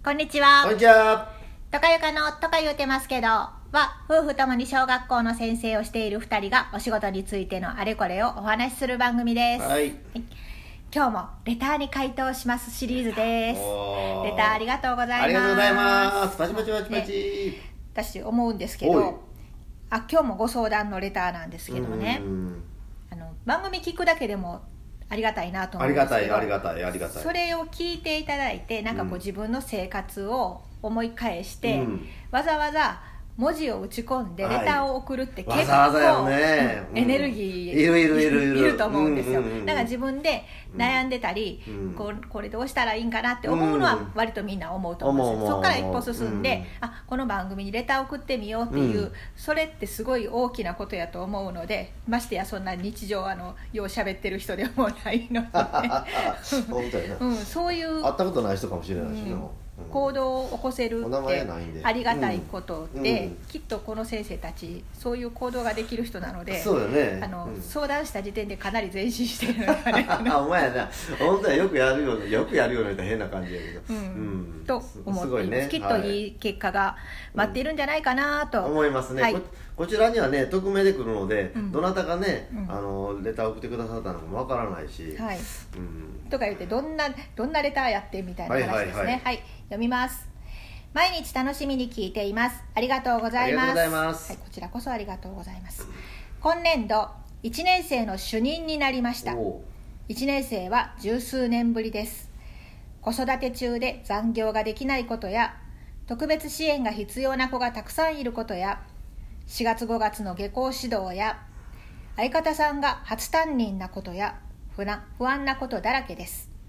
こんにちは。 こんにちは。 とかゆかのとか言うてますけどは、夫婦ともに小学校の先生をしている2人がお仕事についてのあれこれをお話しする番組です。 はい。 今日もレターに回答しますシリーズです。レターありがとうございます。 ありがとうございます。パチパチパチパチ。 私思うんですけど、今日もご相談のレターなんですけどね、番組聞くだけでもありがたいなと思うんですけど、 ありがたい。 それを聞いていただいて、なんかこう自分の生活を思い返して、わざわざ文字を打ち込んでレターを送るって結構、 わざわざよね、 エネルギーいると思うんですよ。だから自分で悩んでたり、これどうしたらいいんかなって思うのは割とみんな思うと思うんですよ。そこから一歩進んで、この番組にレターを送ってみようっていう、それってすごい大きなことやと思うので、ましてやそんな日常よう喋ってる人でもないのでそういう会ったことない人かもしれないしな、 行動を起こせるってありがたいことで、きっとこの先生たちそういう行動ができる人なので、 そうよね、 相談した時点でかなり前進してるのかねお前やな、本当はよくやるような変な感じやけど、と思っています。きっといい結果が待っているんじゃないかなと思いますね。こちらにはね、匿名で来るので、どなたがね、レターを送ってくださったのかもわからないし、 とか言ってどんなレターやってみたいな話ですね。読みます。毎日楽しみに聞いています。ありがとうございます。こちらこそありがとうございます。今年度1年生の主任になりました。1年生は十数年ぶりです。子育て中で残業ができないことや、特別支援が必要な子がたくさんいることや、4月5月の下校指導や、相方さんが初担任なことや、不安なことだらけです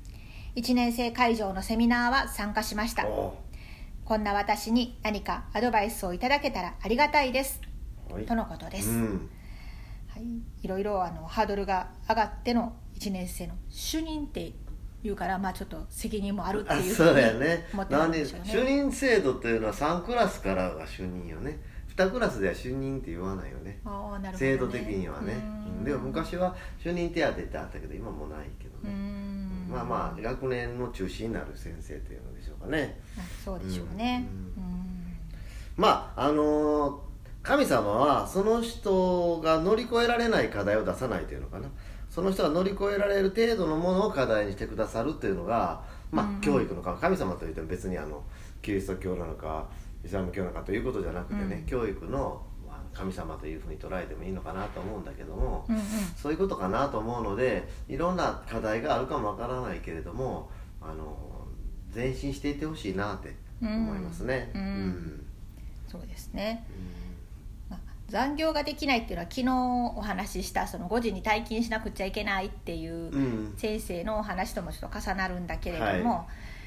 。1年生会場のセミナーは参加しました。こんな私に何かアドバイスをいただけたらありがたいです、とのことです。いろいろハードルが上がっての1年生の主任っていうから、ちょっと責任もあるっていうふうに思ってるんでしょうね。 主任制度というのは3クラスからが主任よね。2クラスでは主任って言わないよね、制度的にはね。でも昔は主任手当ってあったけど、今もないけどね。学年の中心になる先生というのでしょうかね。 そうでしょうね。 神様はその人が乗り越えられない課題を出さないというのかな。その人が乗り越えられる程度のものを課題にしてくださるというのが、教育の神様といっても別にキリスト教なのかイスラム教なのかということじゃなくてね、教育の神様というふうに捉えてもいいのかなと思うんだけども、そういうことかなと思うので、いろんな課題があるかもわからないけれども、前進していってほしいなって思いますね。 そうですね。残業ができないっていうのは、昨日お話ししたその5時に退勤しなくちゃいけないっていう先生のお話ともちょっと重なるんだけれども、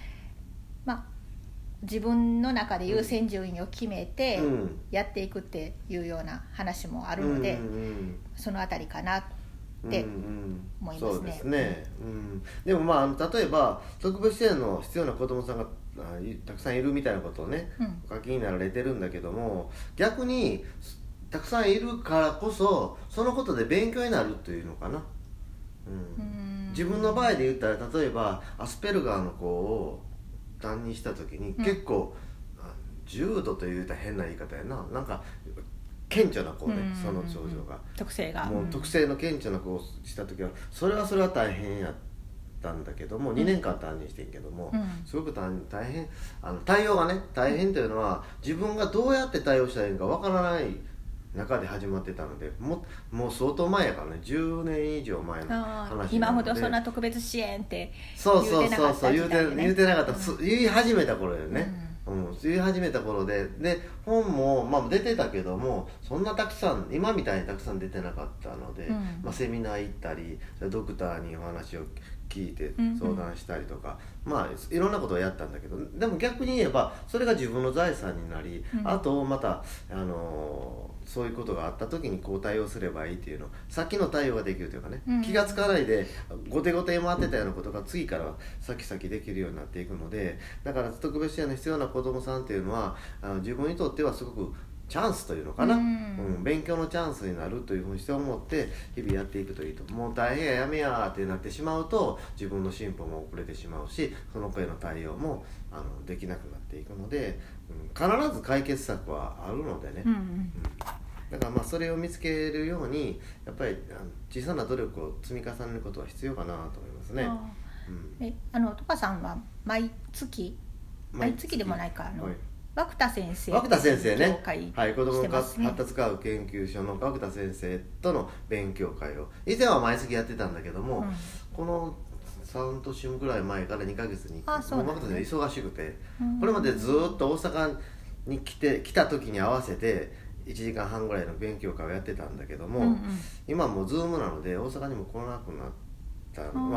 自分の中で優先順位を決めてやっていくっていうような話もあるので、そのあたりかなって思いますね。 そうですね。でも例えば特別支援の必要な子どもさんがたくさんいるみたいなことをね、お書きになられてるんだけども、逆にたくさんいるからこそそのことで勉強になるというのかな。自分の場合で言ったら、例えばアスペルガーの子を担任した時に、結構重度というと変な言い方やな、なんか顕著な子ね、その症状が特性の顕著な子をした時はそれは大変やったんだけども、2年間担任してんけども、すごく大変、対応がね大変というのは、自分がどうやって対応したらいいのかわからない中で始まってたので、もう相当前やからね、10年以上前の話なので、 今ほどそんな特別支援って言うてなかった時代でね、言うてなかった、言い始めた頃よね。言い始めた頃で本も出てたけども、そんなたくさん今みたいにたくさん出てなかったので、セミナー行ったり、ドクターにお話を聞いて相談したりとか、いろんなことをやったんだけど、でも逆に言えばそれが自分の財産になり、あとまたそういうことがあった時にこう対応すればいいっていうの、先の対応ができるというかね、気がつかないで後手後手回ってたようなことが次からは先々できるようになっていくので、だから特別支援の必要な子どもさんっていうのは自分にとってはすごくチャンスというのかな、勉強のチャンスになるというふうにして思って日々やっていくといいと。もう大変やめやってなってしまうと自分の進歩も遅れてしまうし、その子への対応もできなくなっていくので、必ず解決策はあるのでね、だからそれを見つけるようにやっぱり小さな努力を積み重ねることは必要かなと思いますね。 トカさんは毎月でもないか涌田先生ね、はい、子ども発達科学研究所の涌田先生との勉強会を以前は毎月やってたんだけども、この3年ぐらい前から2ヶ月に涌田先生忙しくて、これまでずっと大阪に来た時に合わせて1時間半ぐらいの勉強会をやってたんだけども、今もう Zoom なので大阪にも来なくなった、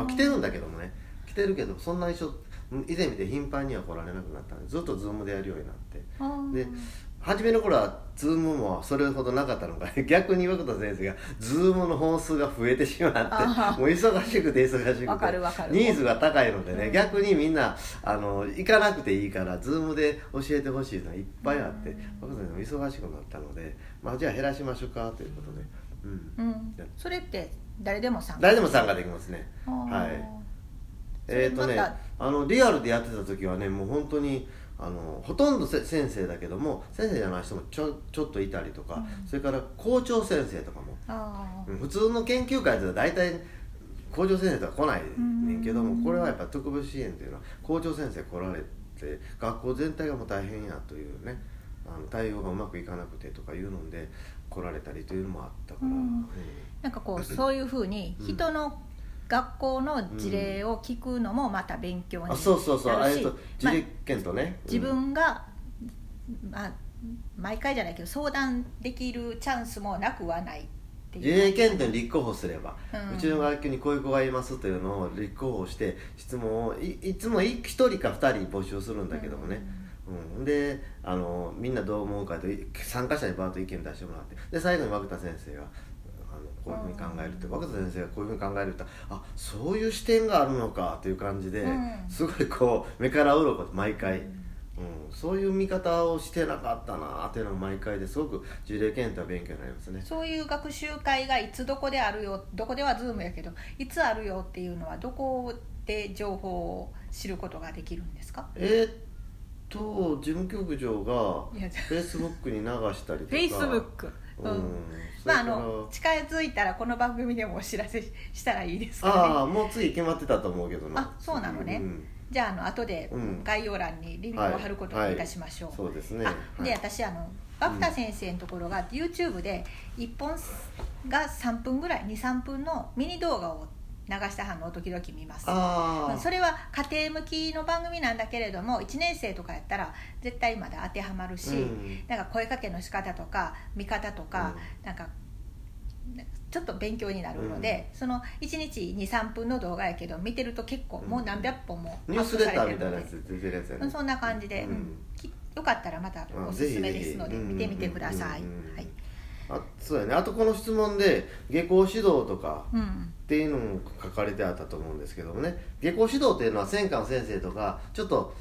来てるんだけどもね、来てるけどそんなに以前見て頻繁には来られなくなったんで、ずっと Zoom でやるようになって、で初めの頃は Zoom もそれほどなかったのが逆に涌田先生が Zoom の本数が増えてしまって、もう忙しくてニーズが高いのでね、逆にみんな行かなくていいから Zoom で教えてほしいのがいっぱいあって、涌田先生も忙しくなったので、じゃあ減らしましょうかということで、 それって誰でも参加できますね。はい。リアルでやってた時はね、もう本当にほとんど先生だけども、先生じゃない人もちょっといたりとか、それから校長先生とかも、普通の研究会では大体校長先生とは来ないねんけども、これはやっぱ特別支援というのは校長先生来られて、学校全体がもう大変やというね、対応がうまくいかなくてとかいうので来られたりというのもあったから、 なんかそういうふうに人の学校の事例を聞くのもまた勉強になるし、 事例検討ね、 自分が、毎回じゃないけど相談できるチャンスもなくはないっていう。 事例検討に立候補すれば、うちの学級にこういう子がいますというのを立候補して質問をいつも1人か2人募集するんだけどもね、でみんなどう思うかと参加者にバーッと意見出してもらって、で最後に涌田先生がこういうふうに考えるって、涌田先生がこういうふうに考えるってそういう視点があるのかという感じで、すごい目から鱗毎回、そういう見方をしてなかったなっていうのが毎回ですごく事例検討は勉強になりますね。 そういう学習会がいつどこであるよ、どこでは Zoom やけどいつあるよっていうのはどこで情報を知ることができるんですか？ 事務局長が Facebook に流したりとか Facebook、近づいたらこの番組でもお知らせしたらいいですかね。もう次決まってたと思うけどな。 そうなのね、じゃあ後で概要欄にリンクを貼ることにいたしましょう。 そうですね。 で私涌田先生のところが YouTube で1本が3分ぐらい 2,3 分のミニ動画を流した反応を時々見ます。それは家庭向きの番組なんだけれども、1年生とかやったら絶対まだ当てはまるし、なんか声かけの仕方とか見方とか、なんかちょっと勉強になるので、その1日 2,3 分の動画やけど見てると結構もう何百本もアップされてるので、ニュースレターみたいなやつ出てるやつやね。そんな感じで、よかったらまたおすすめですので見てみてください。 そうやね。あとこの質問で下校指導とかっていうのも書かれてあったと思うんですけどもね、下校指導っていうのは専科の先生とかちょっと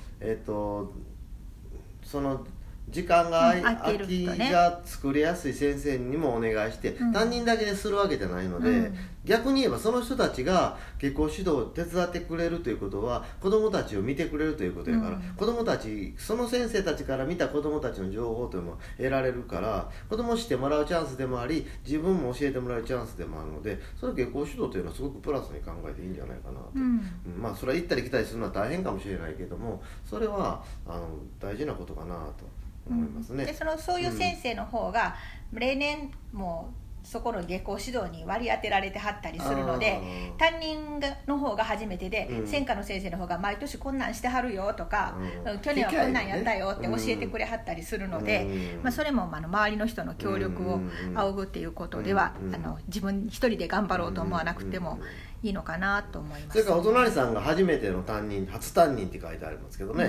その時間が空きが作れやすい先生にもお願いして、担任だけでするわけじゃないので、逆に言えばその人たちが下校指導を手伝ってくれるということは子どもたちを見てくれるということやから、子どもたちその先生たちから見た子どもたちの情報というのも得られるから、子どもを知ってもらうチャンスでもあり、自分も教えてもらうチャンスでもあるので、その下校指導というのはすごくプラスに考えていいんじゃないかなと、それは行ったり来たりするのは大変かもしれないけども、それは大事なことかなと思いますね。 でそういう先生の方が例年もそこの下校指導に割り当てられてはったりするので、担任の方が初めてで、専科の先生の方が毎年こんなんしてはるよとか、去年はこんなんやったよって教えてくれはったりするので、それも周りの人の協力を仰ぐっていうことでは、自分一人で頑張ろうと思わなくてもいいのかなと思います。 それからお隣さんが初めての担任、初担任って書いてありますけどね、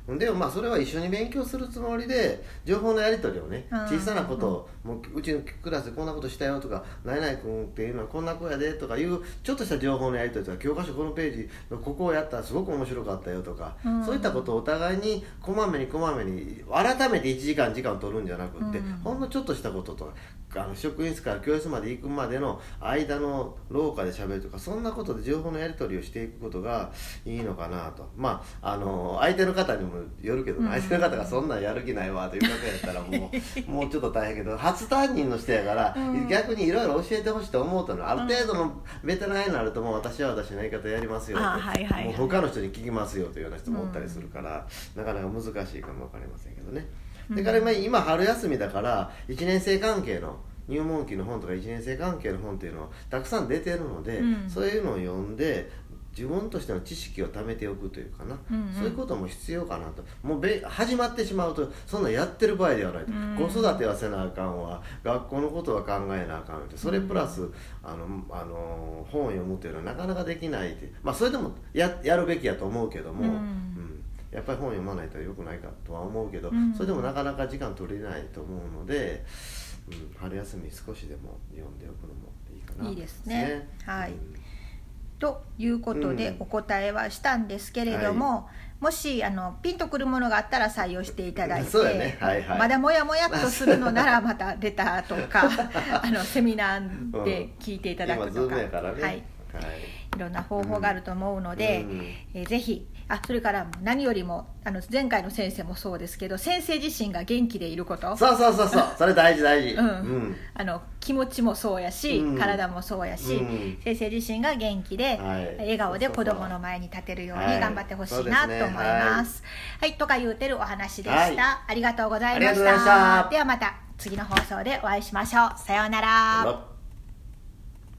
でもそれは一緒に勉強するつもりで情報のやり取りをね、小さなことを、もううちのクラスでこんなことしたよとか、何々君っていうのはこんな子やでとかいうちょっとした情報のやり取りとか、教科書このページのここをやったらすごく面白かったよとか、そういったことをお互いにこまめに改めて1時間時間を取るんじゃなくって、ほんのちょっとしたこととか、職員室から教室まで行くまでの間の廊下で喋るとか、そんなことで情報のやり取りをしていくことがいいのかなと。相手の方にもよるけど、相手の方がそんなんやる気ないわという方やったらもうちょっと大変けど、初担任の人やから、逆にいろいろ教えてほしいと思うとある程度のベテランになると、もう私は私のやり方やりますよと、もう他の人に聞きますよというような人もおったりするから、なかなか難しいかも分かりませんけどね。だから今春休みだから1年生関係の入門期の本とか1年生関係の本っていうのはたくさん出てるので、そういうのを読んで自分としての知識を貯めておくというかな、そういうことも必要かなと。もう始まってしまうとそんなやってる場合ではないと、子育てはせなあかんわ、学校のことは考えなあかんって、それプラス本を読むというのはなかなかできないって、それでも やるべきやと思うけども、やっぱり本を読まないと良くないかとは思うけど、それでもなかなか時間取れないと思うので、春休み少しでも読んでおくのもいいかなと思いますね。 いいですね。はい。ということでお答えはしたんですけれども、もしピンとくるものがあったら採用していただいて、まだもやもやっとするのならまたレターとかセミナーで聞いていただくとか、いろんな方法があると思うので、ぜひそれから何よりも前回の先生もそうですけど、先生自身が元気でいること、 そうそれ大事、 気持ちもそうやし、体もそうやし、先生自身が元気で、笑顔で子供の前に立てるように頑張ってほしいなと思います。とか言うてるお話でした。ありがとうございました。ではまた次の放送でお会いしましょう。さようなら。